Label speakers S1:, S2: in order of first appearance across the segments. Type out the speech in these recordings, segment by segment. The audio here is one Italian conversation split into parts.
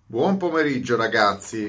S1: Buon pomeriggio ragazzi.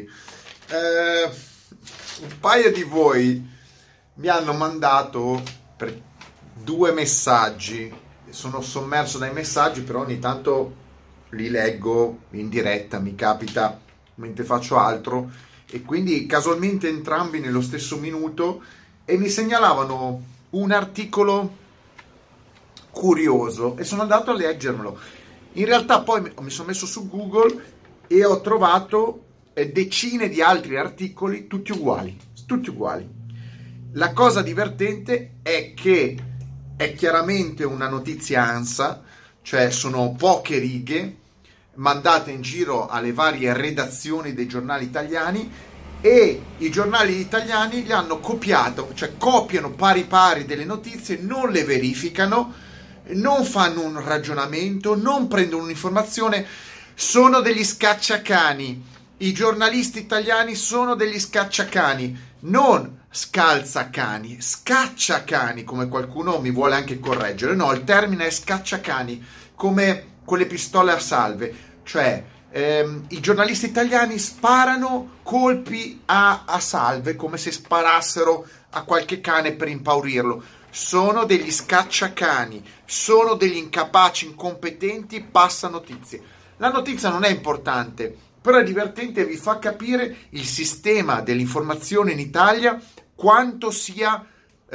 S1: Un paio di voi mi hanno mandato per due messaggi. Sono sommerso dai messaggi, però ogni tanto li leggo in diretta, mi capita mentre faccio altro, e quindi casualmente entrambi nello stesso minuto, e mi segnalavano un articolo curioso e sono andato a leggermelo. In realtà poi mi sono messo su Google e ho trovato decine di altri articoli tutti uguali, tutti uguali. La cosa divertente è che è chiaramente una notizia ANSA, cioè sono poche righe mandate in giro alle varie redazioni dei giornali italiani, e i giornali italiani li hanno copiato, cioè copiano pari pari delle notizie, non le verificano, non fanno un ragionamento, non prendono un'informazione. Sono degli scacciacani. I giornalisti italiani sono degli scacciacani, non scalzacani, scacciacani, come qualcuno mi vuole anche correggere. No, il termine è scacciacani, come con le pistole a salve. Cioè, i giornalisti italiani sparano colpi a salve, come se sparassero a qualche cane per impaurirlo. Sono degli scacciacani, sono degli incapaci, incompetenti, passa notizie. La notizia non è importante, però è divertente e vi fa capire il sistema dell'informazione in Italia, quanto sia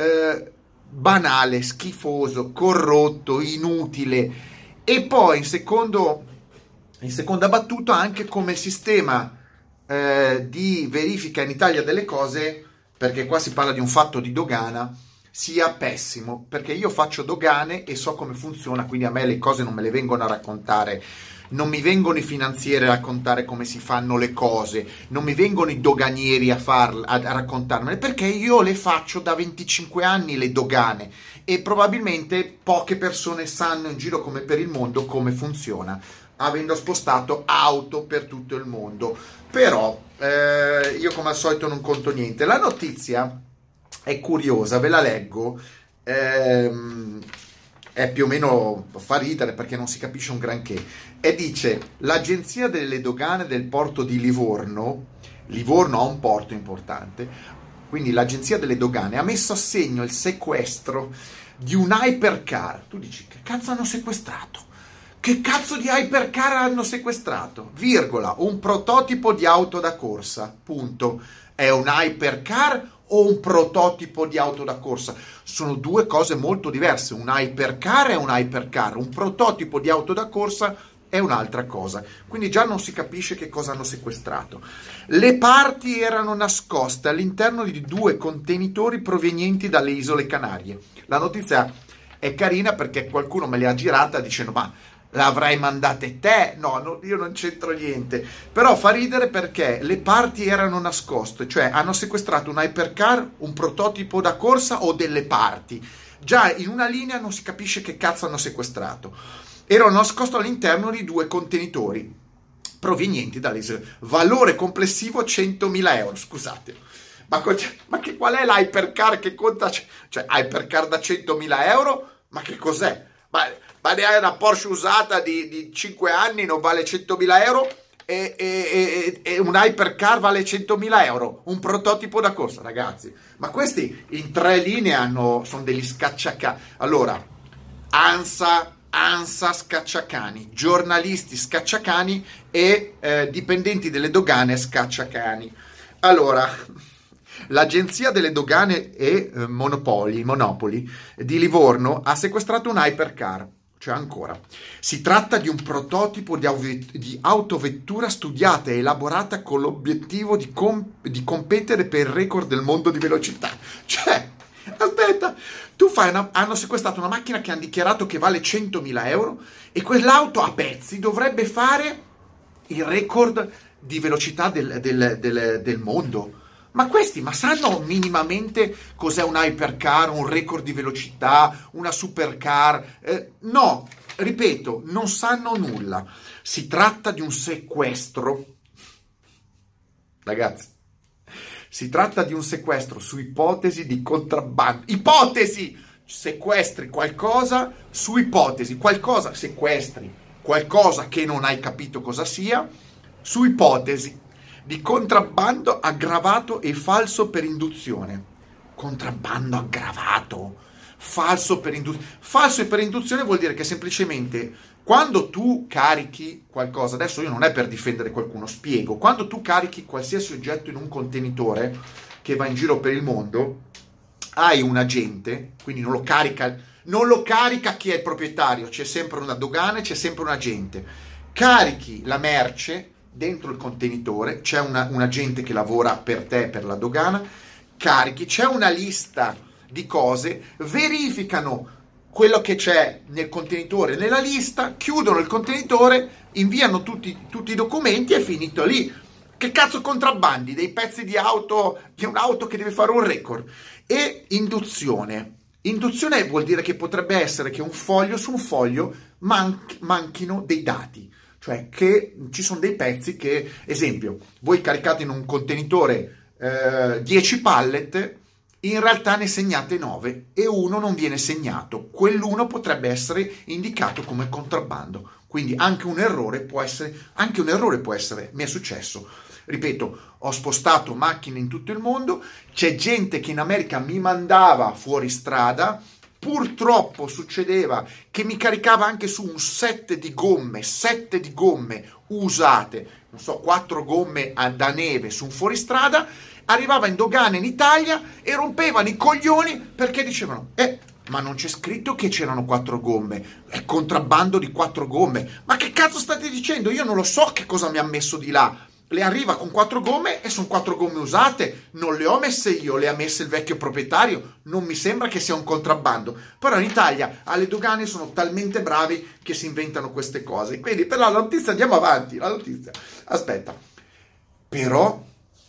S1: banale, schifoso, corrotto, inutile. E poi in seconda battuta anche come sistema di verifica in Italia delle cose, perché qua si parla di un fatto di dogana, sia pessimo, perché io faccio dogane e so come funziona, quindi a me le cose non me le vengono a raccontare. Non mi vengono i finanzieri a raccontare come si fanno le cose, non mi vengono i doganieri a raccontarmele, perché io le faccio da 25 anni le dogane, e probabilmente poche persone sanno in giro come per il mondo come funziona, avendo spostato auto per tutto il mondo. Però io come al solito non conto niente. La notizia è curiosa, ve la leggo. È più o meno, fa ridere perché non si capisce un granché, e dice: l'agenzia delle dogane del porto di Livorno ha un porto importante, quindi l'agenzia delle dogane ha messo a segno il sequestro di un hypercar. Tu dici, che cazzo hanno sequestrato? Che cazzo di hypercar hanno sequestrato? Virgola, un prototipo di auto da corsa, punto. È un hypercar o un prototipo di auto da corsa? Sono due cose molto diverse. Un hypercar è un hypercar, un prototipo di auto da corsa è un'altra cosa. Quindi già non si capisce che cosa hanno sequestrato. Le parti erano nascoste all'interno di due contenitori provenienti dalle isole Canarie. La notizia è carina perché qualcuno me le ha girata dicendo: ma l'avrai mandate te? No, io non c'entro niente. Però fa ridere perché le parti erano nascoste, cioè hanno sequestrato un hypercar, un prototipo da corsa o delle parti. Già in una linea non si capisce che cazzo hanno sequestrato. Erano nascosti all'interno di due contenitori provenienti dalle isole. Valore complessivo 100.000 euro. Scusate, ma qual è l'hypercar che conta? Cioè, hypercar da 100.000 euro? Ma che cos'è? Ma ne hai una Porsche usata di 5 anni, non vale 100.000 euro, e un hypercar vale 100.000 euro, un prototipo da corsa, ragazzi. Ma questi in tre linee sono degli scacciacani. Allora, ANSA scacciacani, giornalisti scacciacani e dipendenti delle dogane scacciacani. Allora, l'agenzia delle dogane e monopoli di Livorno ha sequestrato un hypercar. Cioè, ancora, si tratta di un prototipo di autovettura studiata e elaborata con l'obiettivo di competere per il record del mondo di velocità. Cioè, aspetta, hanno sequestrato una macchina che hanno dichiarato che vale 100.000 euro, e quell'auto a pezzi dovrebbe fare il record di velocità del mondo. Ma questi, sanno minimamente cos'è un hypercar, un record di velocità, una supercar? No, ripeto, non sanno nulla. Si tratta di un sequestro. Ragazzi, si tratta di un sequestro su ipotesi di contrabbando. Ipotesi! Sequestri qualcosa su ipotesi. Sequestri qualcosa che non hai capito cosa sia, su ipotesi di contrabbando aggravato e falso per induzione. Contrabbando aggravato, falso per induzione. Falso per induzione vuol dire che semplicemente quando tu carichi qualcosa, adesso io non è per difendere qualcuno, spiego, quando tu carichi qualsiasi oggetto in un contenitore che va in giro per il mondo, hai un agente, quindi non lo carica chi è il proprietario, c'è sempre una dogana e c'è sempre un agente. Carichi la merce dentro il contenitore, c'è un agente che lavora per te, per la dogana, carichi, c'è una lista di cose, verificano quello che c'è nel contenitore, nella lista, chiudono il contenitore, inviano tutti i documenti e è finito lì. Che cazzo contrabbandi? Dei pezzi di auto, di un'auto che deve fare un record. E induzione. Induzione vuol dire che potrebbe essere che su un foglio manchino dei dati. Cioè che ci sono dei pezzi che, esempio, voi caricate in un contenitore 10 pallet, in realtà ne segnate 9 e uno non viene segnato. Quell'uno potrebbe essere indicato come contrabbando. Quindi anche un errore può essere, mi è successo. Ripeto, ho spostato macchine in tutto il mondo, c'è gente che in America mi mandava fuori strada, purtroppo succedeva che mi caricava anche su un set di gomme usate, non so, 4 gomme da neve su un fuoristrada, arrivava in dogana in Italia e rompevano i coglioni perché dicevano ma non c'è scritto che c'erano 4 gomme, è contrabbando di 4 gomme. Ma che cazzo state dicendo? Io non lo so che cosa mi ha messo di là. Le arriva con 4 gomme e sono 4 gomme usate, non le ho messe io, le ha messe il vecchio proprietario, non mi sembra che sia un contrabbando. Però in Italia alle dogane sono talmente bravi che si inventano queste cose. Quindi per la notizia andiamo avanti, la notizia. Aspetta. Però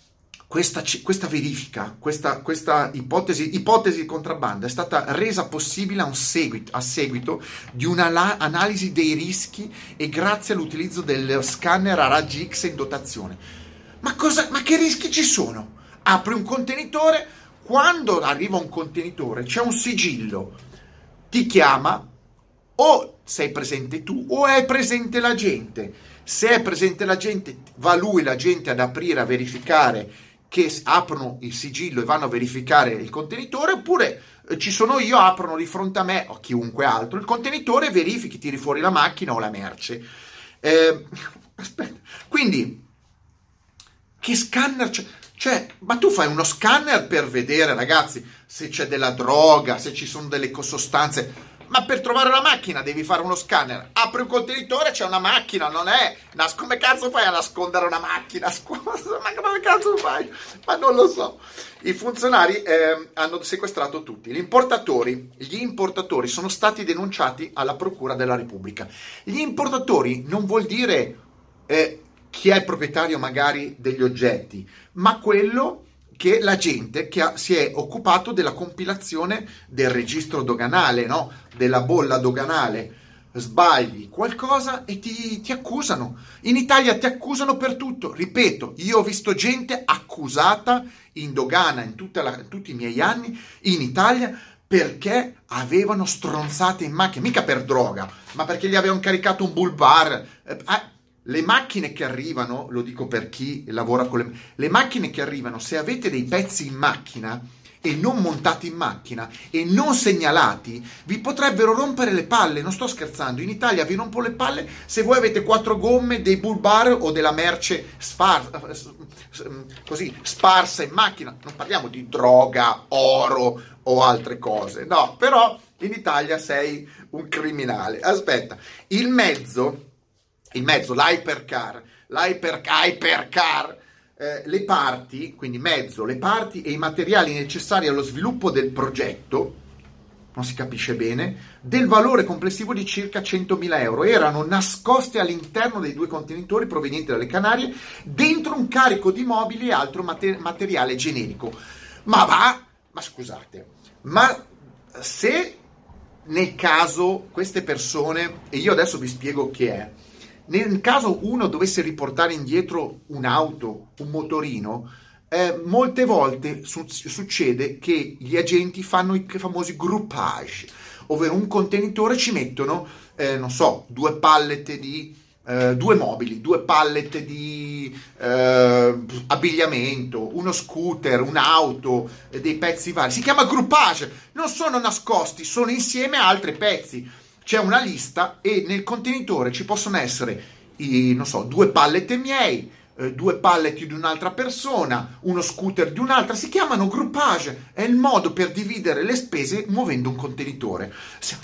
S1: questa verifica, questa ipotesi di contrabbando è stata resa possibile a seguito di un'analisi dei rischi e grazie all'utilizzo dello scanner a raggi X in dotazione. Ma che rischi ci sono? Apri un contenitore, quando arriva un contenitore c'è un sigillo, ti chiama, o sei presente tu o è presente l'agente. Se è presente l'agente, va l'agente ad aprire, a verificare che aprono il sigillo e vanno a verificare il contenitore, oppure ci sono io, aprono di fronte a me o chiunque altro il contenitore, verifichi, tiri fuori la macchina o la merce. Aspetta, quindi che scanner c'è? Cioè, ma tu fai uno scanner per vedere, ragazzi, se c'è della droga, se ci sono delle sostanze. Ma per trovare una macchina devi fare uno scanner. Apri un contenitore, c'è una macchina, non è... come cazzo fai a nascondere una macchina? Scusa, ma come cazzo fai? Ma non lo so. I funzionari hanno sequestrato tutti. Gli importatori sono stati denunciati alla Procura della Repubblica. Gli importatori non vuol dire chi è il proprietario magari degli oggetti, ma quello che la gente che si è occupato della compilazione del registro doganale, no? Della bolla doganale. Sbagli qualcosa e ti accusano. In Italia ti accusano per tutto. Ripeto, io ho visto gente accusata in dogana in tutti i miei anni in Italia perché avevano stronzate in macchina, mica per droga, ma perché gli avevano caricato un bull bar. Le macchine che arrivano, lo dico per chi lavora con le macchine che arrivano, se avete dei pezzi in macchina e non montati in macchina e non segnalati, vi potrebbero rompere le palle, non sto scherzando. In Italia vi rompo le palle se voi avete 4 gomme, dei bull bar o della merce sparsa in macchina. Non parliamo di droga, oro o altre cose, no, però in Italia sei un criminale. Aspetta, il mezzo, l'hypercar, le parti, quindi mezzo, le parti e i materiali necessari allo sviluppo del progetto, non si capisce bene, del valore complessivo di circa 100.000 euro, erano nascoste all'interno dei 2 contenitori provenienti dalle Canarie, dentro un carico di mobili e altro materiale generico. Ma scusate, ma se nel caso queste persone, e io adesso vi spiego che è, nel caso uno dovesse riportare indietro un'auto, un motorino, molte volte succede che gli agenti fanno i famosi groupage, ovvero un contenitore ci mettono, non so, 2 pallet di due mobili, due pallet di abbigliamento, uno scooter, un'auto, dei pezzi vari. Si chiama groupage, non sono nascosti, sono insieme a altri pezzi. C'è una lista e nel contenitore ci possono essere, non so, due pallet miei, due pallet di un'altra persona, uno scooter di un'altra. Si chiamano groupage, è il modo per dividere le spese muovendo un contenitore.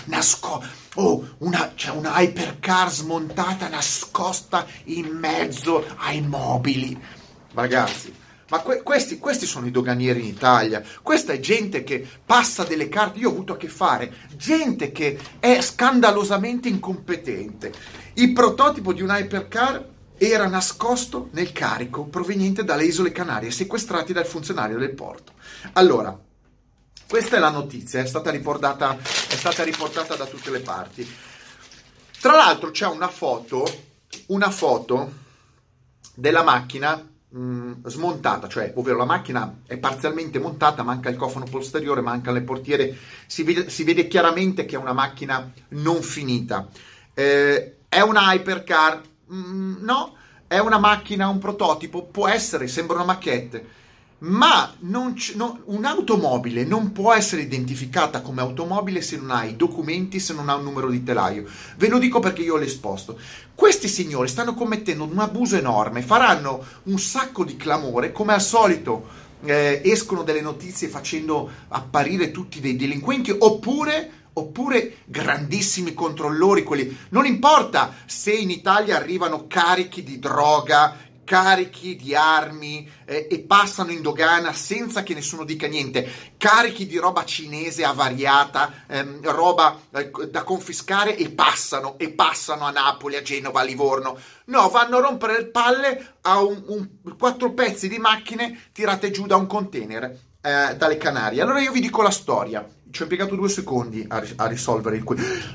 S1: C'è una hypercar smontata nascosta in mezzo ai mobili. Ragazzi, ma questi sono i doganieri in Italia. Questa è gente che passa delle carte. Io ho avuto a che fare gente che è scandalosamente incompetente. Il prototipo di un hypercar era nascosto nel carico proveniente dalle isole Canarie, sequestrati dal funzionario del porto. Allora, questa è la notizia, è stata riportata da tutte le parti. Tra l'altro c'è una foto della macchina smontata, cioè, ovvero la macchina è parzialmente montata, manca il cofano posteriore, mancano le portiere, si vede chiaramente che è una macchina non finita. È una hypercar? No, è una macchina, un prototipo, può essere, sembra una maquette, ma un'automobile non può essere identificata come automobile se non ha i documenti, se non ha un numero di telaio. Ve lo dico perché io l'ho esposto. Questi signori stanno commettendo un abuso enorme, faranno un sacco di clamore, come al solito escono delle notizie facendo apparire tutti dei delinquenti, oppure grandissimi controllori, quelli. Non importa se in Italia arrivano carichi di droga, carichi di armi e passano in dogana senza che nessuno dica niente, carichi di roba cinese avariata, roba da confiscare e passano a Napoli, a Genova, a Livorno. No, vanno a rompere le palle a 4 pezzi di macchine tirate giù da un container dalle Canarie. Allora io vi dico la storia. Ci ho impiegato 2 secondi a risolvere il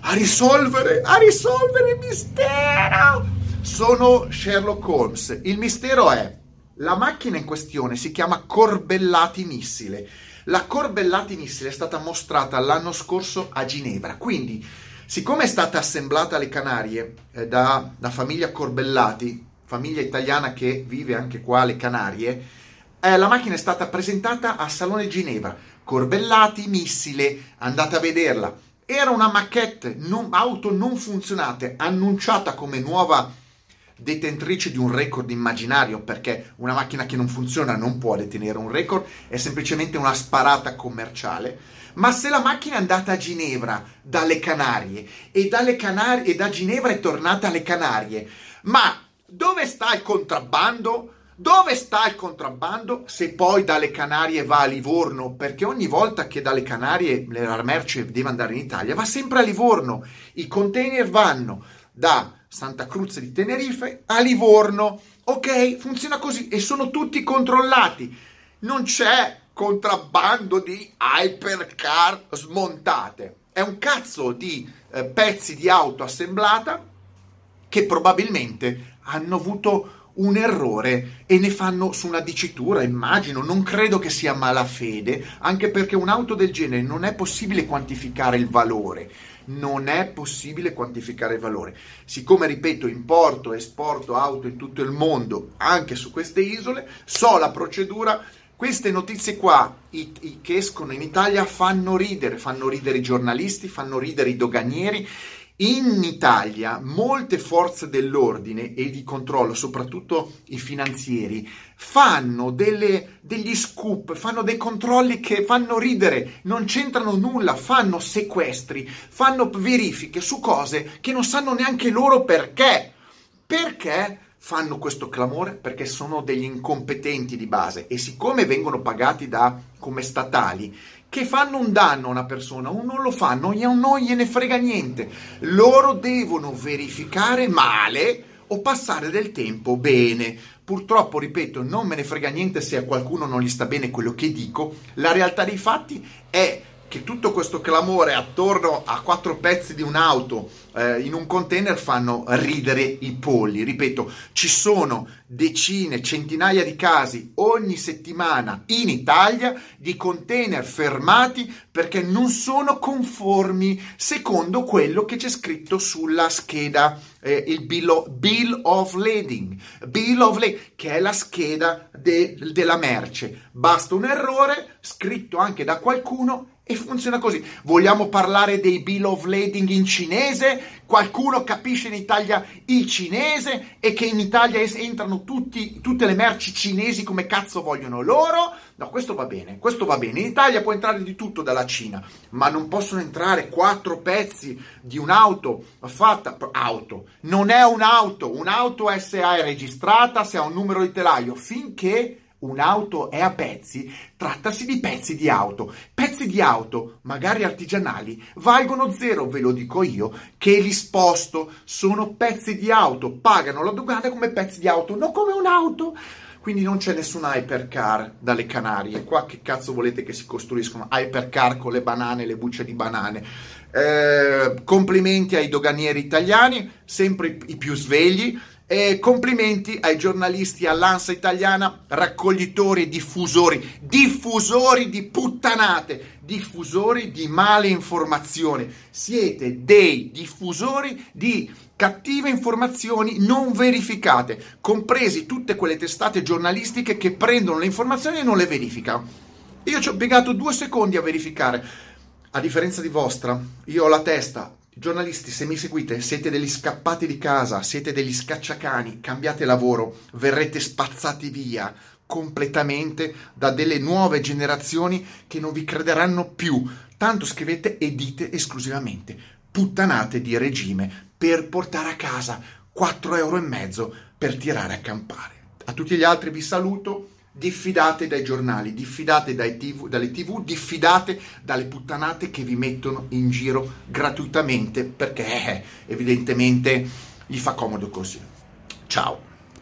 S1: mistero. Sono Sherlock Holmes. Il mistero è: la macchina in questione si chiama Corbellati Missile. La Corbellati Missile è stata mostrata l'anno scorso a Ginevra. Quindi, siccome è stata assemblata alle Canarie da famiglia Corbellati, famiglia italiana che vive anche qua alle Canarie, la macchina è stata presentata a Salone Ginevra. Corbellati Missile, andate a vederla. Era una maquette, auto non funzionate, annunciata come nuova detentrice di un record immaginario, perché una macchina che non funziona non può detenere un record, è semplicemente una sparata commerciale. Ma se la macchina è andata a Ginevra dalle Canarie e da Ginevra è tornata alle Canarie, ma dove sta il contrabbando? Dove sta il contrabbando se poi dalle Canarie va a Livorno? Perché ogni volta che dalle Canarie la merce deve andare in Italia va sempre a Livorno. I container vanno da Santa Cruz di Tenerife a Livorno. Ok, funziona così e sono tutti controllati. Non c'è contrabbando di hypercar smontate. È un cazzo di pezzi di auto assemblata che probabilmente hanno avuto un errore e ne fanno su una dicitura, immagino. Non credo che sia malafede, anche perché un'auto del genere non è possibile quantificare il valore. Non è possibile quantificare il valore. Siccome, ripeto, importo e esporto auto in tutto il mondo, anche su queste isole, so la procedura. Queste notizie qua, che escono in Italia, fanno ridere i giornalisti, fanno ridere i doganieri. In Italia molte forze dell'ordine e di controllo, soprattutto i finanzieri, fanno degli scoop, fanno dei controlli che fanno ridere, non c'entrano nulla, fanno sequestri, fanno verifiche su cose che non sanno neanche loro perché. Perché fanno questo clamore? Perché sono degli incompetenti di base e siccome vengono pagati come statali, che fanno un danno a una persona o non lo fanno, non gliene frega niente. Loro devono verificare male o passare del tempo bene. Purtroppo, ripeto, non me ne frega niente se a qualcuno non gli sta bene quello che dico. La realtà dei fatti è che tutto questo clamore attorno a 4 pezzi di un'auto in un container fanno ridere i polli. Ripeto, ci sono decine, centinaia di casi ogni settimana in Italia di container fermati perché non sono conformi secondo quello che c'è scritto sulla scheda, il Bill of Lading, che è la scheda della merce. Basta un errore scritto anche da qualcuno e funziona così. Vogliamo parlare dei Bill of Lading in cinese? Qualcuno capisce in Italia il cinese e che in Italia entrano tutte le merci cinesi come cazzo vogliono loro? No, questo va bene, questo va bene. In Italia può entrare di tutto dalla Cina, ma non possono entrare 4 pezzi di un'auto fatta... Auto, non è un'auto è se è registrata, se ha un numero di telaio, finché... Un'auto è a pezzi, trattasi di pezzi di auto. Pezzi di auto, magari artigianali, valgono 0, ve lo dico io, che li sposto. Sono pezzi di auto, pagano la dogana come pezzi di auto, non come un'auto. Quindi non c'è nessun hypercar dalle Canarie. Qua che cazzo volete che si costruiscono hypercar con le banane, le bucce di banane? Complimenti ai doganieri italiani, sempre i più svegli. E complimenti ai giornalisti, all'ANSA italiana, raccoglitori e diffusori di puttanate, diffusori di male informazione. Siete dei diffusori di cattive informazioni non verificate, compresi tutte quelle testate giornalistiche che prendono le informazioni e non le verificano. Io ci ho impiegato 2 secondi a verificare. A differenza di vostra, io ho la testa. Giornalisti, se mi seguite, siete degli scappati di casa, siete degli scacciacani, cambiate lavoro, verrete spazzati via completamente da delle nuove generazioni che non vi crederanno più. Tanto scrivete e dite esclusivamente puttanate di regime per portare a casa 4,5 euro per tirare a campare. A tutti gli altri vi saluto. Diffidate dai giornali, diffidate dalle TV, diffidate dalle puttanate che vi mettono in giro gratuitamente perché evidentemente gli fa comodo così. Ciao.